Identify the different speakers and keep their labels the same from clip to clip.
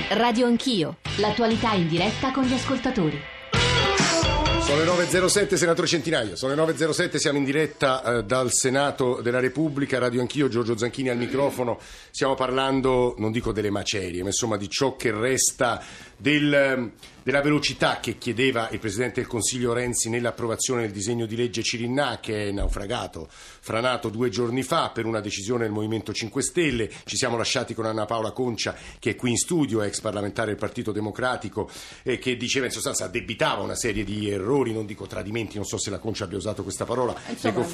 Speaker 1: Radio Anch'io, l'attualità in diretta con gli ascoltatori.
Speaker 2: Sono le 9.07, senatore Centinaio. Sono le 9.07, siamo in diretta dal Senato della Repubblica. Radio Anch'io, Giorgio Zanchini al microfono. Stiamo parlando, non dico delle macerie, ma insomma di ciò che resta della velocità che chiedeva il Presidente del Consiglio Renzi nell'approvazione del disegno di legge Cirinnà, che è franato 2 giorni fa per una decisione del Movimento 5 Stelle. Ci siamo lasciati con Anna Paola Concia, che è qui in studio, ex parlamentare del Partito Democratico, che diceva in sostanza addebitava una serie di errori, non dico tradimenti, non so se la Concia abbia usato questa parola.
Speaker 3: Insomma,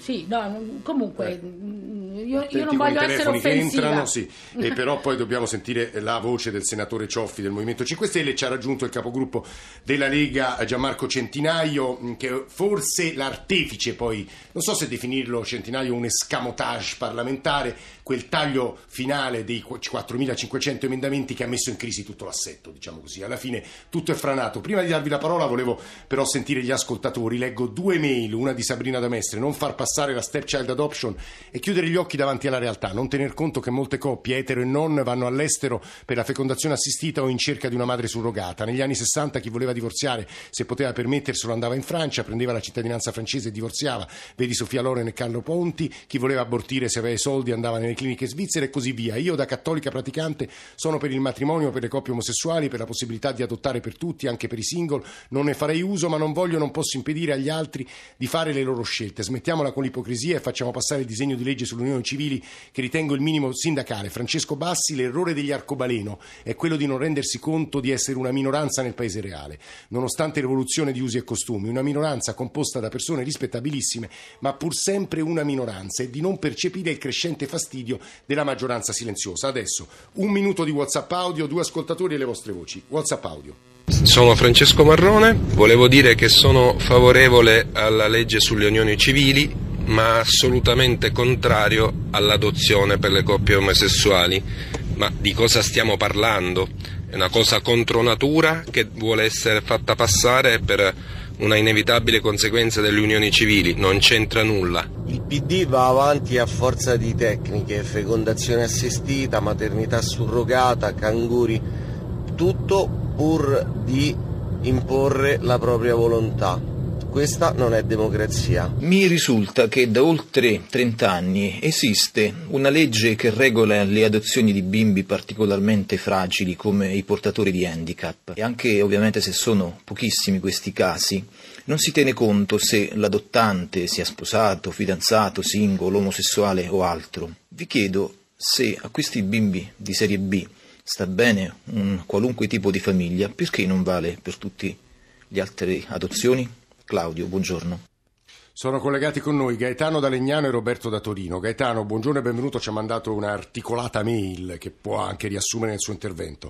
Speaker 3: comunque io non voglio essere offensiva.
Speaker 2: Sì, e però poi dobbiamo sentire la voce del senatore Cioffi del Movimento 5 Stelle. Ci ha raggiunto il capogruppo della Lega Gianmarco Centinaio, che forse l'artefice, poi non so se definirlo, Centinaio, un escamotage parlamentare, quel taglio finale dei 4.500 emendamenti che ha messo in crisi tutto l'assetto, diciamo così. Alla fine tutto è franato. Prima di darvi la parola volevo però sentire gli ascoltatori. Leggo 2 mail, una di Sabrina da Mestre: non far passare la stepchild adoption e chiudere gli occhi davanti alla realtà, non tener conto che molte coppie etero e non vanno all'estero per la fecondazione assistita o in cerca di una madre surrogata. Negli anni 60 chi voleva divorziare, se poteva permetterselo, andava in Francia, prendeva la cittadinanza francese e divorziava, vedi Sofia Loren e Carlo Ponti. Chi voleva abortire, se aveva i soldi, andava nelle cliniche svizzere e così via. Io, da cattolica praticante, sono per il matrimonio per le coppie omosessuali, per la possibilità di adottare per tutti, anche per i single. Non ne farei uso, ma non posso impedire agli altri di fare le loro scelte. Smettiamola con l'ipocrisia e facciamo passare il disegno di legge sulle unioni civili, che ritengo il minimo sindacale. Francesco Bassi: l'errore degli arcobaleno è quello di non rendersi conto di essere una minoranza nel paese reale, nonostante l'evoluzione di usi e costumi, una minoranza composta da persone rispettabilissime, ma pur sempre una minoranza, e di non percepire il crescente fastidio della maggioranza silenziosa. Adesso 1 minuto di WhatsApp audio, 2 ascoltatori e le vostre voci. WhatsApp audio.
Speaker 4: Sono Francesco Marrone, volevo dire che sono favorevole alla legge sulle unioni civili, ma assolutamente contrario all'adozione per le coppie omosessuali. Ma di cosa stiamo parlando? È una cosa contro natura che vuole essere fatta passare per una inevitabile conseguenza delle unioni civili, non c'entra nulla.
Speaker 5: Il PD va avanti a forza di tecniche, fecondazione assistita, maternità surrogata, canguri, tutto pur di imporre la propria volontà. Questa non è democrazia.
Speaker 6: Mi risulta che da oltre 30 anni esiste una legge che regola le adozioni di bimbi particolarmente fragili come i portatori di handicap. E anche ovviamente se sono pochissimi questi casi, non si tiene conto se l'adottante sia sposato, fidanzato, single, omosessuale o altro. Vi chiedo se a questi bimbi di serie B sta bene un qualunque tipo di famiglia, perché non vale per tutte le altre adozioni? Claudio, buongiorno.
Speaker 2: Sono collegati con noi Gaetano da Legnano e Roberto da Torino. Gaetano, buongiorno e benvenuto. Ci ha mandato un'articolata mail che può anche riassumere nel suo intervento.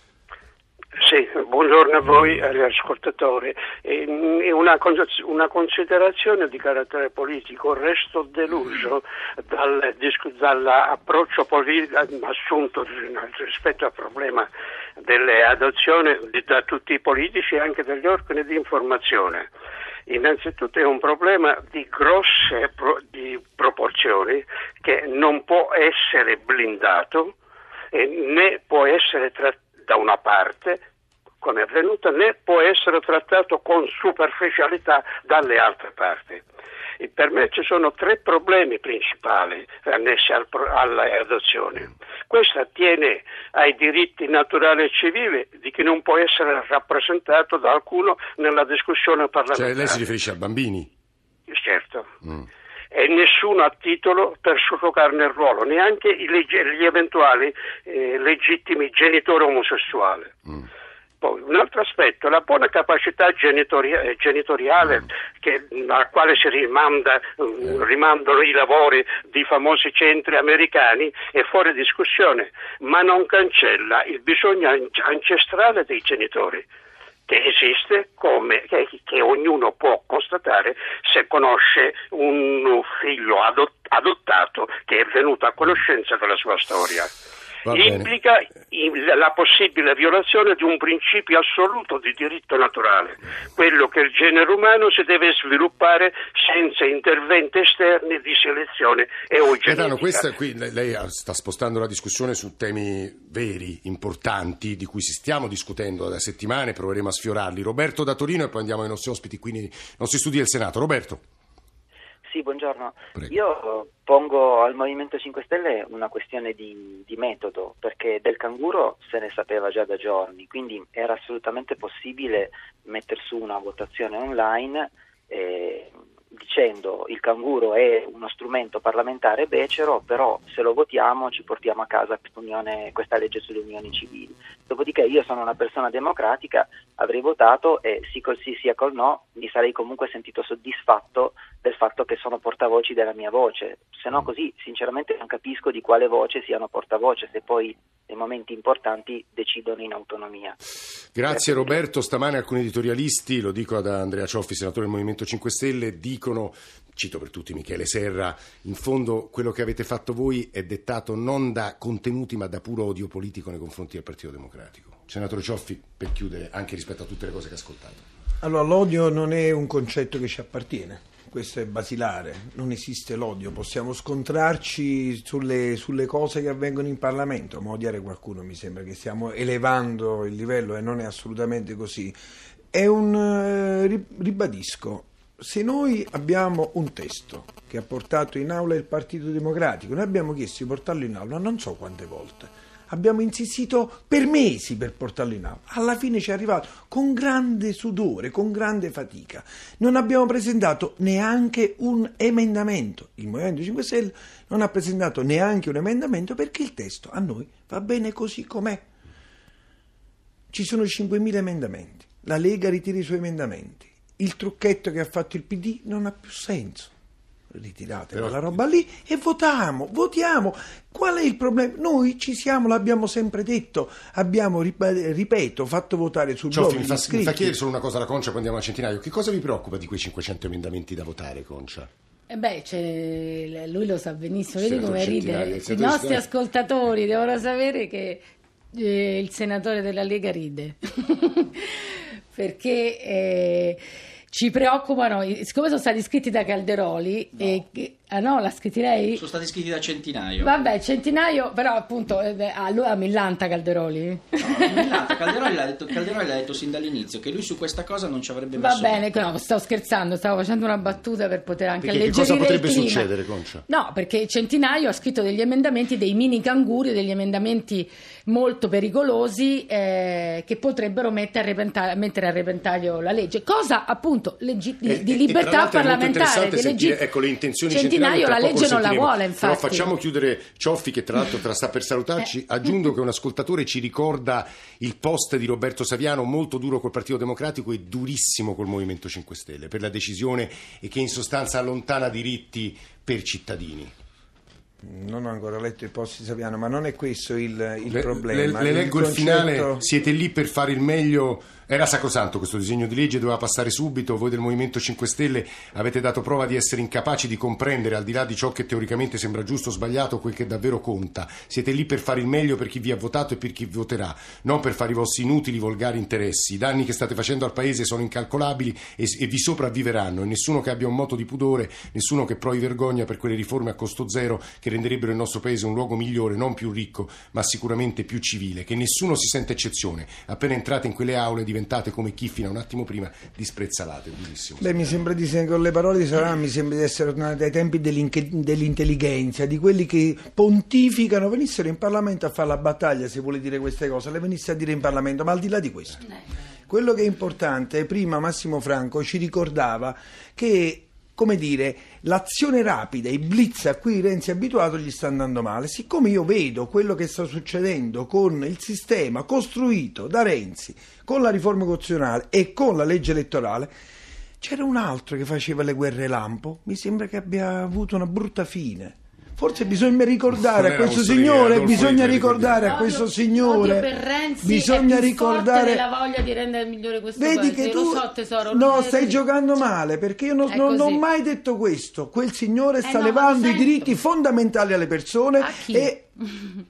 Speaker 7: Sì, buongiorno a voi, agli ascoltatori. Una considerazione di carattere politico: resto deluso dall'approccio politico assunto rispetto al problema delle adozioni da tutti i politici e anche dagli organi di informazione. Innanzitutto è un problema di grosse di proporzioni che non può essere blindato né può essere da una parte, come è avvenuto, né può essere trattato con superficialità dalle altre parti. E per me ci sono 3 problemi principali annessi alle adozioni. Questo attiene ai diritti naturali e civili di chi non può essere rappresentato da alcuno nella discussione parlamentare.
Speaker 2: Cioè lei si riferisce a bambini?
Speaker 7: Certo. E nessuno ha titolo per surrogarne il ruolo, neanche gli eventuali legittimi genitori omosessuali. Poi un altro aspetto: la buona capacità genitoriale al quale si rimandano i lavori di famosi centri americani è fuori discussione, ma non cancella il bisogno ancestrale dei genitori, che esiste, che ognuno può constatare se conosce un figlio adottato che è venuto a conoscenza della sua storia. implica la possibile violazione di un principio assoluto di diritto naturale, quello che il genere umano si deve sviluppare senza interventi esterni di selezione eugenetica.
Speaker 2: Questa qui lei sta spostando la discussione su temi veri, importanti, di cui si stiamo discutendo da settimane, proveremo a sfiorarli. Roberto da Torino e poi andiamo ai nostri ospiti qui nei nostri studi del Senato. Roberto.
Speaker 8: Sì, buongiorno.
Speaker 2: Prego.
Speaker 8: Io pongo al Movimento 5 Stelle una questione di metodo, perché del canguro se ne sapeva già da giorni, quindi era assolutamente possibile mettere su una votazione online dicendo il canguro è uno strumento parlamentare becero, però se lo votiamo ci portiamo a casa questa legge sulle unioni civili. Dopodiché io sono una persona democratica, avrei votato e sì col sì sia col no mi sarei comunque sentito soddisfatto del fatto che sono portavoci della mia voce, se no così sinceramente non capisco di quale voce siano portavoce se poi nei momenti importanti decidono in autonomia.
Speaker 2: Grazie Roberto. Stamane alcuni editorialisti, lo dico ad Andrea Cioffi, senatore del Movimento 5 Stelle, dicono, cito per tutti Michele Serra, in fondo quello che avete fatto voi è dettato non da contenuti ma da puro odio politico nei confronti del Partito Democratico. Senatore Cioffi, per chiudere, anche rispetto a tutte le cose che ha ascoltato.
Speaker 9: Allora, l'odio non è un concetto che ci appartiene, questo è basilare, non esiste l'odio, possiamo scontrarci sulle cose che avvengono in Parlamento, ma odiare qualcuno mi sembra che stiamo elevando il livello e non è assolutamente così. Ribadisco, se noi abbiamo un testo che ha portato in aula il Partito Democratico, noi abbiamo chiesto di portarlo in aula non so quante volte, abbiamo insistito per mesi per portarlo in aula, alla fine ci è arrivato con grande sudore, con grande fatica, non abbiamo presentato neanche un emendamento, il Movimento 5 Stelle non ha presentato neanche un emendamento perché il testo a noi va bene così com'è. Ci sono 5.000 emendamenti, la Lega ritira i suoi emendamenti, il trucchetto che ha fatto il PD non ha più senso. Ritirate quella roba lì e votiamo. Qual è il problema? Noi ci siamo, l'abbiamo sempre detto, abbiamo, ripeto, fatto votare sul blog
Speaker 2: mi fa chiedere solo una cosa alla Concia, poi andiamo a Centinaio. Che cosa vi preoccupa di quei 500 emendamenti da votare, Concia?
Speaker 3: Lui lo sa benissimo, vedi come ride. I nostri ascoltatori devono sapere che il senatore della Lega ride perché ci preoccupano, siccome sono stati scritti da Calderoli, no. L'ha scritti lei?
Speaker 10: Sono stati scritti da Centinaio.
Speaker 3: Vabbè, Centinaio, però appunto allora millanta Calderoli.
Speaker 10: No, millanta, Calderoli l'ha detto sin dall'inizio che lui su questa cosa non ci avrebbe messo.
Speaker 3: Va bene, no, stavo scherzando, stavo facendo una battuta per poter anche alleggerire.
Speaker 2: Che cosa potrebbe succedere, Concia?
Speaker 3: No, perché Centinaio ha scritto degli emendamenti, dei mini canguri, degli emendamenti molto pericolosi che potrebbero mettere a repentaglio la legge, cosa appunto di libertà parlamentare,
Speaker 2: ecco le intenzioni
Speaker 3: Centinaio la legge non la vuole, infatti.
Speaker 2: Però facciamo chiudere Cioffi, che tra l'altro sta per salutarci. Aggiungo che un ascoltatore ci ricorda il post di Roberto Saviano, molto duro col Partito Democratico e durissimo col Movimento 5 Stelle per la decisione, e che in sostanza allontana diritti per cittadini.
Speaker 9: Non ho ancora letto il post di Saviano, ma non è questo il problema.
Speaker 2: Le leggo il finale. Siete lì per fare il meglio. Era sacrosanto questo disegno di legge, doveva passare subito. Voi del Movimento 5 Stelle avete dato prova di essere incapaci di comprendere, al di là di ciò che teoricamente sembra giusto o sbagliato, quel che davvero conta. Siete lì per fare il meglio per chi vi ha votato e per chi voterà, non per fare i vostri inutili, volgari interessi. I danni che state facendo al Paese sono incalcolabili e vi sopravviveranno, e nessuno che abbia un moto di pudore, nessuno che provi vergogna per quelle riforme a costo zero che renderebbero il nostro Paese un luogo migliore, non più ricco, ma sicuramente più civile. Che nessuno si senta eccezione. Appena entrate in quelle aule diventate come chi fino a un attimo prima disprezzavate.
Speaker 9: Mi sembra con le parole di Sarà mi sembra di essere tornati ai tempi dell'intelligenza, di quelli che pontificano. Venissero in Parlamento a fare la battaglia, se vuole dire queste cose, le venisse a dire in Parlamento, ma al di là di questo, quello che è importante, prima Massimo Franco ci ricordava che, come dire, l'azione rapida, i blitz a cui Renzi è abituato gli sta andando male. Siccome io vedo quello che sta succedendo con il sistema costruito da Renzi, con la riforma costituzionale e con la legge elettorale, c'era un altro che faceva le guerre lampo, mi sembra che abbia avuto una brutta fine. Forse bisogna ricordare a questo signore, bisogna ricordare a questo signore,
Speaker 3: per Renzi
Speaker 9: bisogna
Speaker 3: è più
Speaker 9: ricordare
Speaker 3: la voglia di rendere migliore questo
Speaker 9: Paese.
Speaker 3: Che tu, lo so, tesoro,
Speaker 9: no, stai giocando male, perché io non ho mai detto questo. Quel signore sta levando i diritti fondamentali alle persone
Speaker 3: a chi?
Speaker 9: e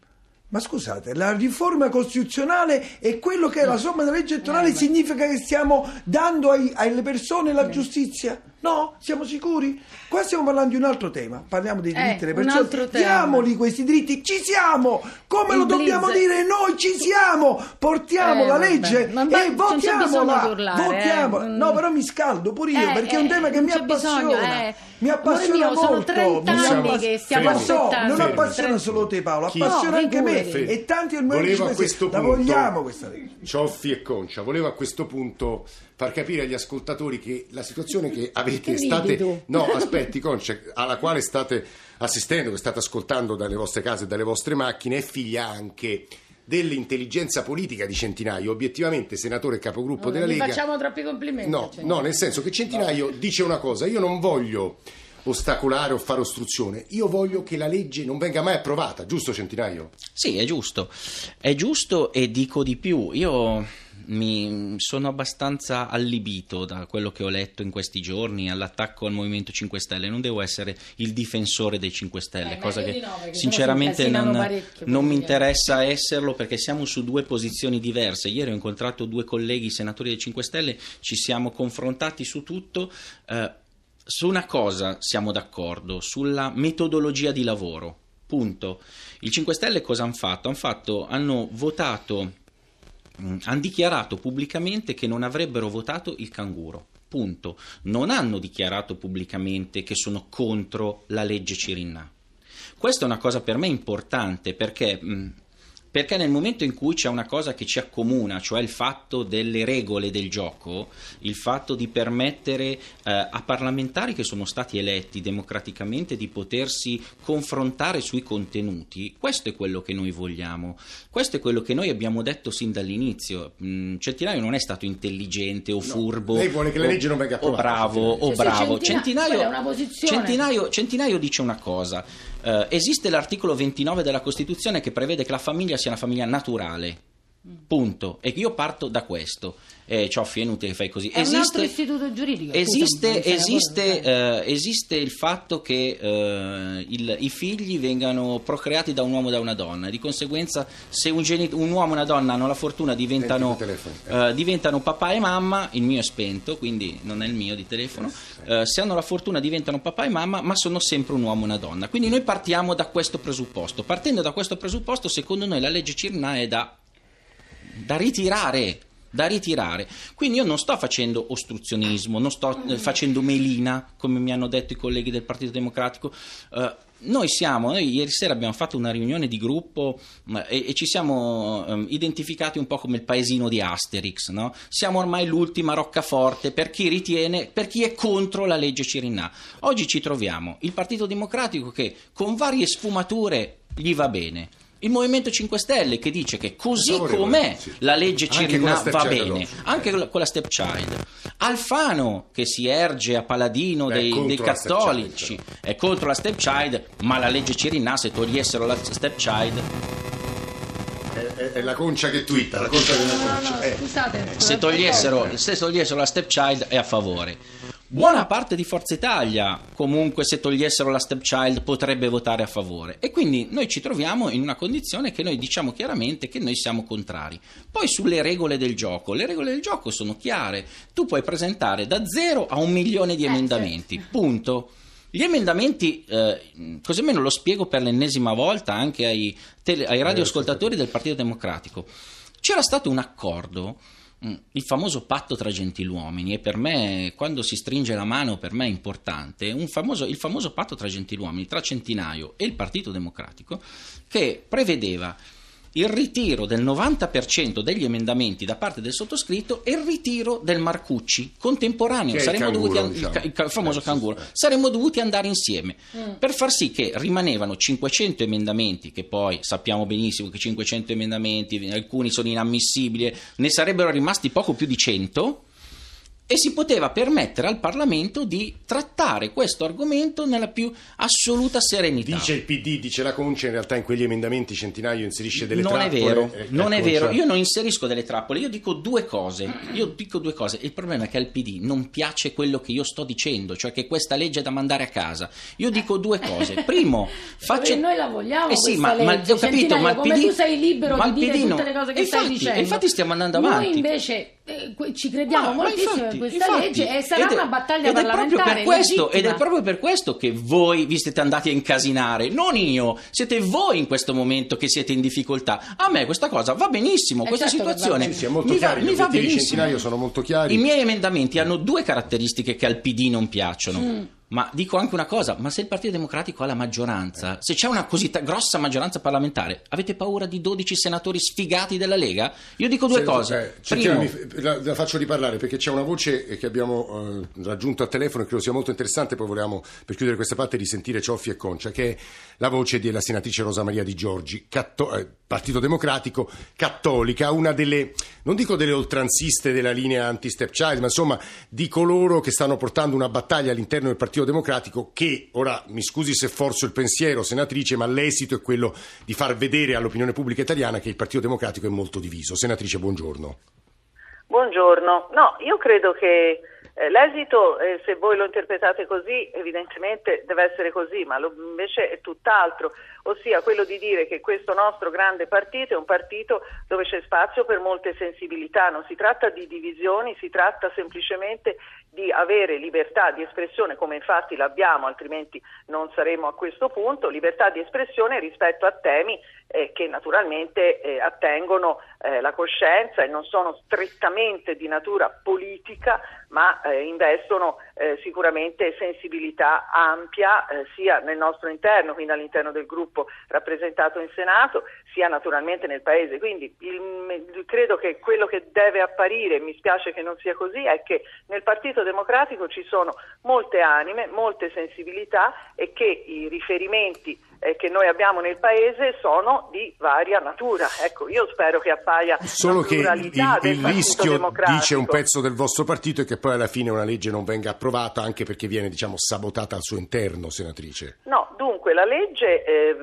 Speaker 9: Ma scusate, la riforma costituzionale e quello che è la somma della legge elettorale significa che stiamo dando alle persone la giustizia? No? Siamo sicuri? Qua stiamo parlando di un altro tema, parliamo dei diritti delle persone, diamoli questi diritti, ci siamo! Come lo dobbiamo dire? Noi ci siamo! Portiamo la legge e votiamola! No, però mi scaldo pure io, perché è un tema che mi appassiona. Mi appassiona molto.
Speaker 3: Sono 30 anni che stiamo aspettando.
Speaker 9: Non appassiona solo te, Paolo, appassiona anche me e tanti del
Speaker 2: Volevo a questo
Speaker 9: la
Speaker 2: punto,
Speaker 9: vogliamo questa legge.
Speaker 2: Cioffi e Concia, volevo a questo punto far capire agli ascoltatori che la situazione che avete state Concia, alla quale state assistendo, che state ascoltando dalle vostre case e dalle vostre macchine, è figlia anche dell'intelligenza politica di Centinaio. Obiettivamente, senatore e capogruppo della Lega.
Speaker 3: Facciamo troppi complimenti.
Speaker 2: No, nel senso che Centinaio dice una cosa: io non voglio ostacolare o fare ostruzione, io voglio che la legge non venga mai approvata, giusto Centinaio?
Speaker 10: Sì, è giusto e dico di più, io mi sono abbastanza allibito da quello che ho letto in questi giorni all'attacco al Movimento 5 Stelle, non devo essere il difensore dei 5 Stelle, cosa che sinceramente non mi interessa esserlo, perché siamo su due posizioni diverse. Ieri ho incontrato due colleghi senatori dei 5 Stelle, ci siamo confrontati su tutto. Su una cosa siamo d'accordo, sulla metodologia di lavoro, punto. Il 5 Stelle cosa hanno fatto? Hanno votato, hanno dichiarato pubblicamente che non avrebbero votato il canguro, punto. Non hanno dichiarato pubblicamente che sono contro la legge Cirinnà. Questa è una cosa per me importante, perché nel momento in cui c'è una cosa che ci accomuna, cioè il fatto delle regole del gioco, il fatto di permettere a parlamentari che sono stati eletti democraticamente di potersi confrontare sui contenuti, questo è quello che noi vogliamo, questo è quello che noi abbiamo detto sin dall'inizio. Centinaio non è stato intelligente o furbo,
Speaker 2: lei vuole che la legge non venga approvata,
Speaker 10: o bravo.
Speaker 3: Centinaio
Speaker 10: dice una cosa: esiste l'articolo 29 della Costituzione che prevede che la famiglia sia una famiglia naturale, punto, e io parto da questo. Cioffi, è inutile che fai così.
Speaker 3: È un altro istituto giuridico.
Speaker 10: Esiste il fatto che i figli vengano procreati da un uomo e da una donna, di conseguenza se un uomo e una donna hanno la fortuna diventano papà e mamma. Il mio è spento, quindi non è il mio di telefono. Se hanno la fortuna diventano papà e mamma, ma sono sempre un uomo e una donna. Quindi noi partiamo da questo presupposto. Partendo da questo presupposto, secondo noi la legge Cirinnà è da ritirare. Quindi io non sto facendo ostruzionismo, non sto facendo melina, come mi hanno detto i colleghi del Partito Democratico. Noi ieri sera abbiamo fatto una riunione di gruppo e ci siamo identificati un po' come il paesino di Asterix, no? Siamo ormai l'ultima roccaforte per chi è contro la legge Cirinnà. Oggi ci troviamo il Partito Democratico che con varie sfumature gli va bene, il Movimento 5 Stelle che dice che così com'è la legge Cirinnà va bene, anche con la stepchild. Alfano che si erge a paladino dei cattolici è contro la stepchild, ma la legge Cirinnà, se togliessero la stepchild,
Speaker 2: è la Concia che twitta,
Speaker 3: scusate,
Speaker 10: se togliessero la stepchild è a favore. Buona parte di Forza Italia comunque, se togliessero la stepchild, potrebbe votare a favore, e quindi noi ci troviamo in una condizione che noi diciamo chiaramente che noi siamo contrari. Poi sulle regole del gioco, le regole del gioco sono chiare: tu puoi presentare da 0 a 1 milione di emendamenti, punto. Gli emendamenti, così almeno lo spiego per l'ennesima volta anche ai radioascoltatori del Partito Democratico. C'era stato un accordo, il famoso patto tra gentiluomini, e per me, quando si stringe la mano, per me è importante, il famoso patto tra gentiluomini tra Centinaio e il Partito Democratico, che prevedeva il ritiro del 90% degli emendamenti da parte del sottoscritto e il ritiro del Marcucci contemporaneo. Il famoso canguro. Saremmo dovuti andare insieme per far sì che rimanevano 500 emendamenti, che poi sappiamo benissimo che 500 emendamenti, alcuni sono inammissibili, ne sarebbero rimasti poco più di 100. e si poteva permettere al Parlamento di trattare questo argomento nella più assoluta serenità.
Speaker 2: Dice il PD, dice la Concia, in realtà in quegli emendamenti Centinaio inserisce delle trappole.
Speaker 10: Non è vero, io non inserisco delle trappole, io dico due cose. Il problema è che al PD non piace quello che io sto dicendo, cioè che questa legge è da mandare a casa. Io dico due cose. Primo,
Speaker 3: noi la vogliamo
Speaker 10: sì,
Speaker 3: questa legge,
Speaker 10: ho capito, ma il PD,
Speaker 3: tu sei libero di dire tutte le cose che stai dicendo.
Speaker 10: Infatti stiamo andando avanti.
Speaker 3: Noi invece ci crediamo moltissimo in questa legge e sarà una battaglia parlamentare.
Speaker 10: Ed è proprio per questo che voi vi siete andati a incasinare, non io, siete voi in questo momento che siete in difficoltà. A me questa cosa va benissimo, questa situazione mi va benissimo.
Speaker 2: Centinaio sono molto chiari.
Speaker 10: I miei emendamenti hanno due caratteristiche che al PD non piacciono. Ma dico anche una cosa, ma se il Partito Democratico ha la maggioranza, se c'è una così grossa maggioranza parlamentare, avete paura di 12 senatori sfigati della Lega? Io dico due cose. Primo,
Speaker 2: la faccio riparlare perché c'è una voce che abbiamo raggiunto al telefono e credo sia molto interessante, poi volevamo per chiudere questa parte risentire Cioffi e Concia, che è la voce della senatrice Rosa Maria Di Giorgi, Partito Democratico, cattolica, una delle, non dico delle oltranziste della linea anti-stepchild, ma insomma di coloro che stanno portando una battaglia all'interno del Partito Democratico che, ora mi scusi se forzo il pensiero, senatrice, ma l'esito è quello di far vedere all'opinione pubblica italiana che il Partito Democratico è molto diviso. Senatrice, buongiorno.
Speaker 11: Buongiorno. No, io credo che l'esito, se voi lo interpretate così, evidentemente deve essere così, ma invece è tutt'altro, ossia quello di dire che questo nostro grande partito è un partito dove c'è spazio per molte sensibilità. Non si tratta di divisioni, si tratta semplicemente di avere libertà di espressione, come infatti l'abbiamo, altrimenti non saremo a questo punto, libertà di espressione rispetto a temi che naturalmente attengono la coscienza e non sono strettamente di natura politica, ma investono sicuramente sensibilità ampia sia nel nostro interno, quindi all'interno del gruppo rappresentato in Senato, sia naturalmente nel Paese. Quindi credo che quello che deve apparire, mi spiace che non sia così, è che nel Partito Democratico ci sono molte anime, molte sensibilità e che i riferimenti che noi abbiamo nel Paese sono di varia natura. Ecco, io spero che appaia
Speaker 2: solo
Speaker 11: la pluralità
Speaker 2: che il rischio,
Speaker 11: democratico.
Speaker 2: dice un pezzo del vostro partito, è che poi alla fine una legge non venga approvata, anche perché viene, sabotata al suo interno, senatrice.
Speaker 11: No, dunque la legge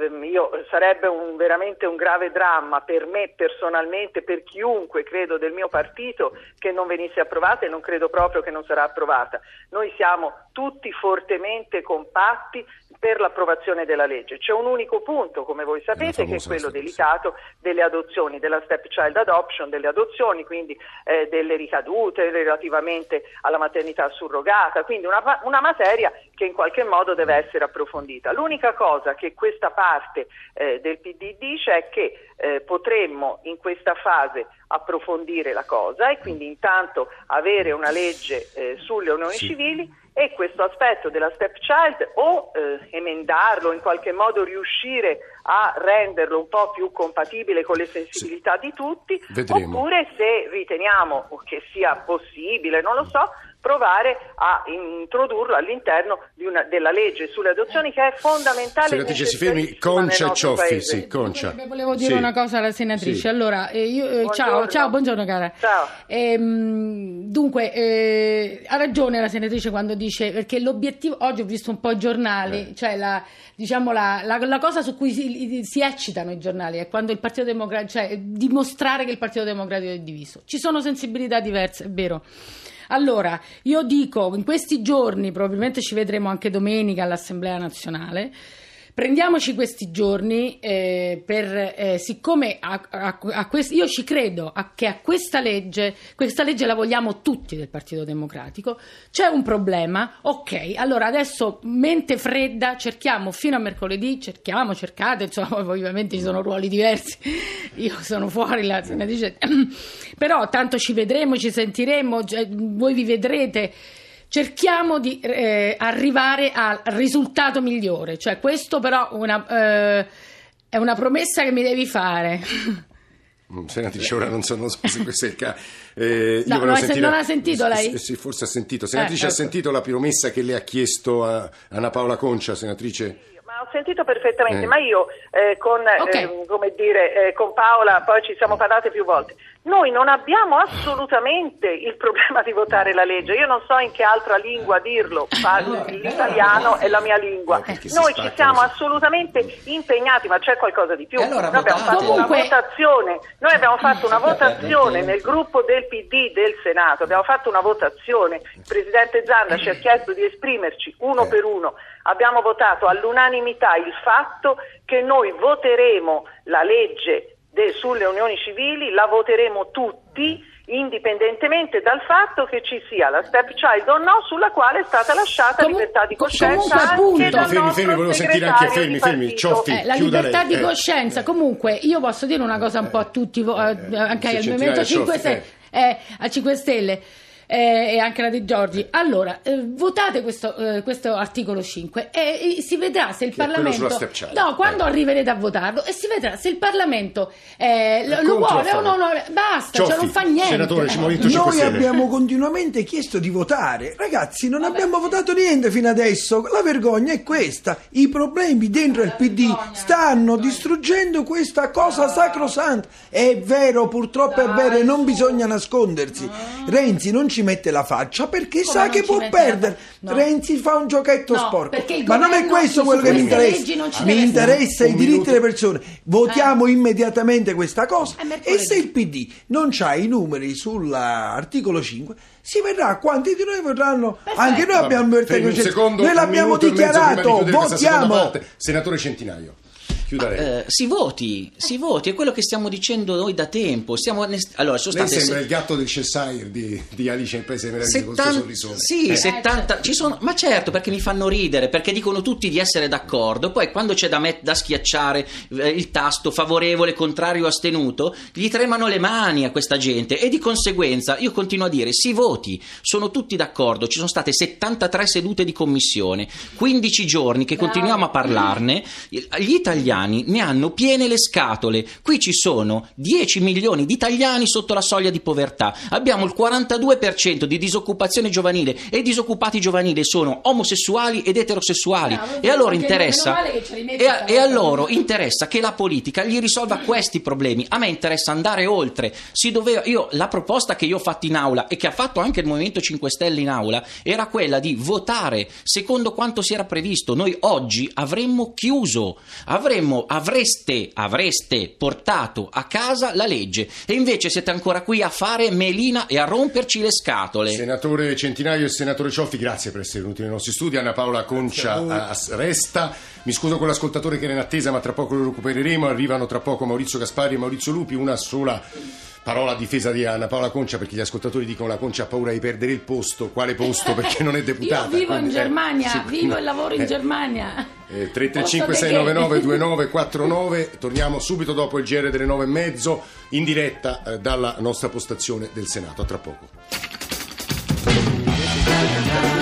Speaker 11: sarebbe veramente un grave dramma per me personalmente, per chiunque credo del mio partito, che non venisse approvata, e non credo proprio che non sarà approvata. Noi siamo tutti fortemente compatti per l'approvazione della legge. C'è un unico punto, come voi sapete, che è quello delicato delle adozioni, della stepchild adoption, delle adozioni, quindi delle ricadute relativamente alla maternità surrogata, quindi una materia che in qualche modo deve essere approfondita. L'unica cosa che questa parte del PD dice è che potremmo in questa fase approfondire la cosa e quindi intanto avere una legge sulle unioni civili, e questo aspetto della stepchild o emendarlo, in qualche modo riuscire a renderlo un po' più compatibile con le sensibilità di tutti. Vedremo. Oppure, se riteniamo che sia possibile, non lo so, provare a introdurlo all'interno della legge sulle adozioni, che è fondamentale.
Speaker 2: Senatrice, si fermi. Concia e Cioffi. Sì, Concia.
Speaker 3: Volevo dire una cosa alla senatrice. Sì. Allora, ciao, buongiorno cara.
Speaker 11: Ciao.
Speaker 3: Dunque, ha ragione la senatrice quando dice, perché l'obiettivo, oggi ho visto un po' i giornali, cioè la cosa su cui si eccitano i giornali è quando il Partito Democratico, cioè dimostrare che il Partito Democratico è diviso. Ci sono sensibilità diverse, è vero. Allora, io dico, in questi giorni, probabilmente ci vedremo anche domenica all'Assemblea Nazionale, prendiamoci questi giorni siccome io ci credo che a questa legge la vogliamo tutti del Partito Democratico, c'è un problema, ok, allora adesso mente fredda, cerchiamo fino a mercoledì, cercate, insomma, ovviamente ci sono ruoli diversi, io sono fuori, la senatrice, però tanto ci vedremo, ci sentiremo, voi vi vedrete. Cerchiamo di arrivare al risultato migliore, cioè questo però è una promessa che mi devi fare.
Speaker 2: Senatrice, ora non so se questo è il caso.
Speaker 3: Non ha sentito lei?
Speaker 2: Sì, forse ha sentito. Senatrice, ha sentito la promessa che le ha chiesto a Anna Paola Concia, senatrice?
Speaker 11: Ma Ma ho sentito perfettamente, ma io con Paola poi ci siamo parlate più volte. Noi non abbiamo assolutamente il problema di votare la legge. Io non so in che altra lingua dirlo, l'italiano è la mia lingua. Noi ci siamo assolutamente impegnati, ma c'è qualcosa di più.
Speaker 10: Allora,
Speaker 11: noi abbiamo fatto una votazione nel gruppo del PD del Senato, abbiamo fatto una votazione, il Presidente Zanda ci ha chiesto di esprimerci uno per uno, abbiamo votato all'unanimità il fatto che noi voteremo la legge sulle unioni civili, la voteremo tutti, indipendentemente dal fatto che ci sia la stepchild o no, sulla quale è stata lasciata libertà di coscienza anche dal nostro segretario di partito.
Speaker 3: La libertà di coscienza. Comunque io posso dire una cosa un po' a tutti, anche al Movimento 5 Stelle e anche la Di Giorgi. Allora, votate questo articolo 5 e si vedrà se il Parlamento quando arriverete a votarlo, e si vedrà se il Parlamento lo vuole o non. Basta, cioè non fa niente.
Speaker 2: Senatore,
Speaker 9: noi abbiamo continuamente chiesto di votare, ragazzi, non abbiamo votato niente fino adesso. La vergogna è questa: i problemi dentro il PD stanno distruggendo questa cosa sacrosanta. È vero, purtroppo è vero, e non bisogna nascondersi. Renzi non ci mette la faccia perché sa che può perdere. Renzi fa un giochetto sporco, ma non è questo quello che mi interessa. Mi interessa i diritti delle persone. Votiamo immediatamente questa cosa, e se il PD non c'ha i numeri sull'articolo 5 si vedrà quanti di noi vorranno. Anche noi abbiamo noi l'abbiamo dichiarato, votiamo.
Speaker 2: Senatore Centinaio,
Speaker 10: si voti, è quello che stiamo dicendo noi da tempo. Allora,
Speaker 2: lei sembra il gatto del Cheshire di Alice nel Paese delle Meraviglie con questo sorrisone.
Speaker 10: Sì, 70 ci sono, ma certo, perché mi fanno ridere, perché dicono tutti di essere d'accordo, poi quando c'è da schiacciare il tasto favorevole, contrario, astenuto, gli tremano le mani a questa gente, e di conseguenza io continuo a dire si voti, sono tutti d'accordo. Ci sono state 73 sedute di commissione, 15 giorni che continuiamo a parlarne. Gli italiani ne hanno piene le scatole. Qui ci sono 10 milioni di italiani sotto la soglia di povertà, abbiamo il 42% di disoccupazione giovanile, e i disoccupati giovanili sono omosessuali ed eterosessuali, e a loro interessa interessa che la politica gli risolva questi problemi. A me interessa andare oltre. La proposta che io ho fatto in aula, e che ha fatto anche il Movimento 5 Stelle in aula, era quella di votare secondo quanto si era previsto. Noi oggi avremmo chiuso, avreste portato a casa la legge, e invece siete ancora qui a fare melina e a romperci le scatole.
Speaker 2: Senatore Centinaio e senatore Cioffi, grazie per essere venuti nei nostri studi. Anna Paola Concia resta. Mi scuso con l'ascoltatore che era in attesa, ma tra poco lo recupereremo. Arrivano tra poco Maurizio Gasparri e Maurizio Lupi. Una sola parola a difesa di Anna Paola Concia, perché gli ascoltatori dicono la Concia ha paura di perdere il posto. Quale posto? Perché non è deputata.
Speaker 3: Io vivo in Germania, vivo e lavoro in Germania.
Speaker 2: 335 699 2949. Torniamo subito dopo il GR delle 9:30 in diretta dalla nostra postazione del Senato. A tra poco.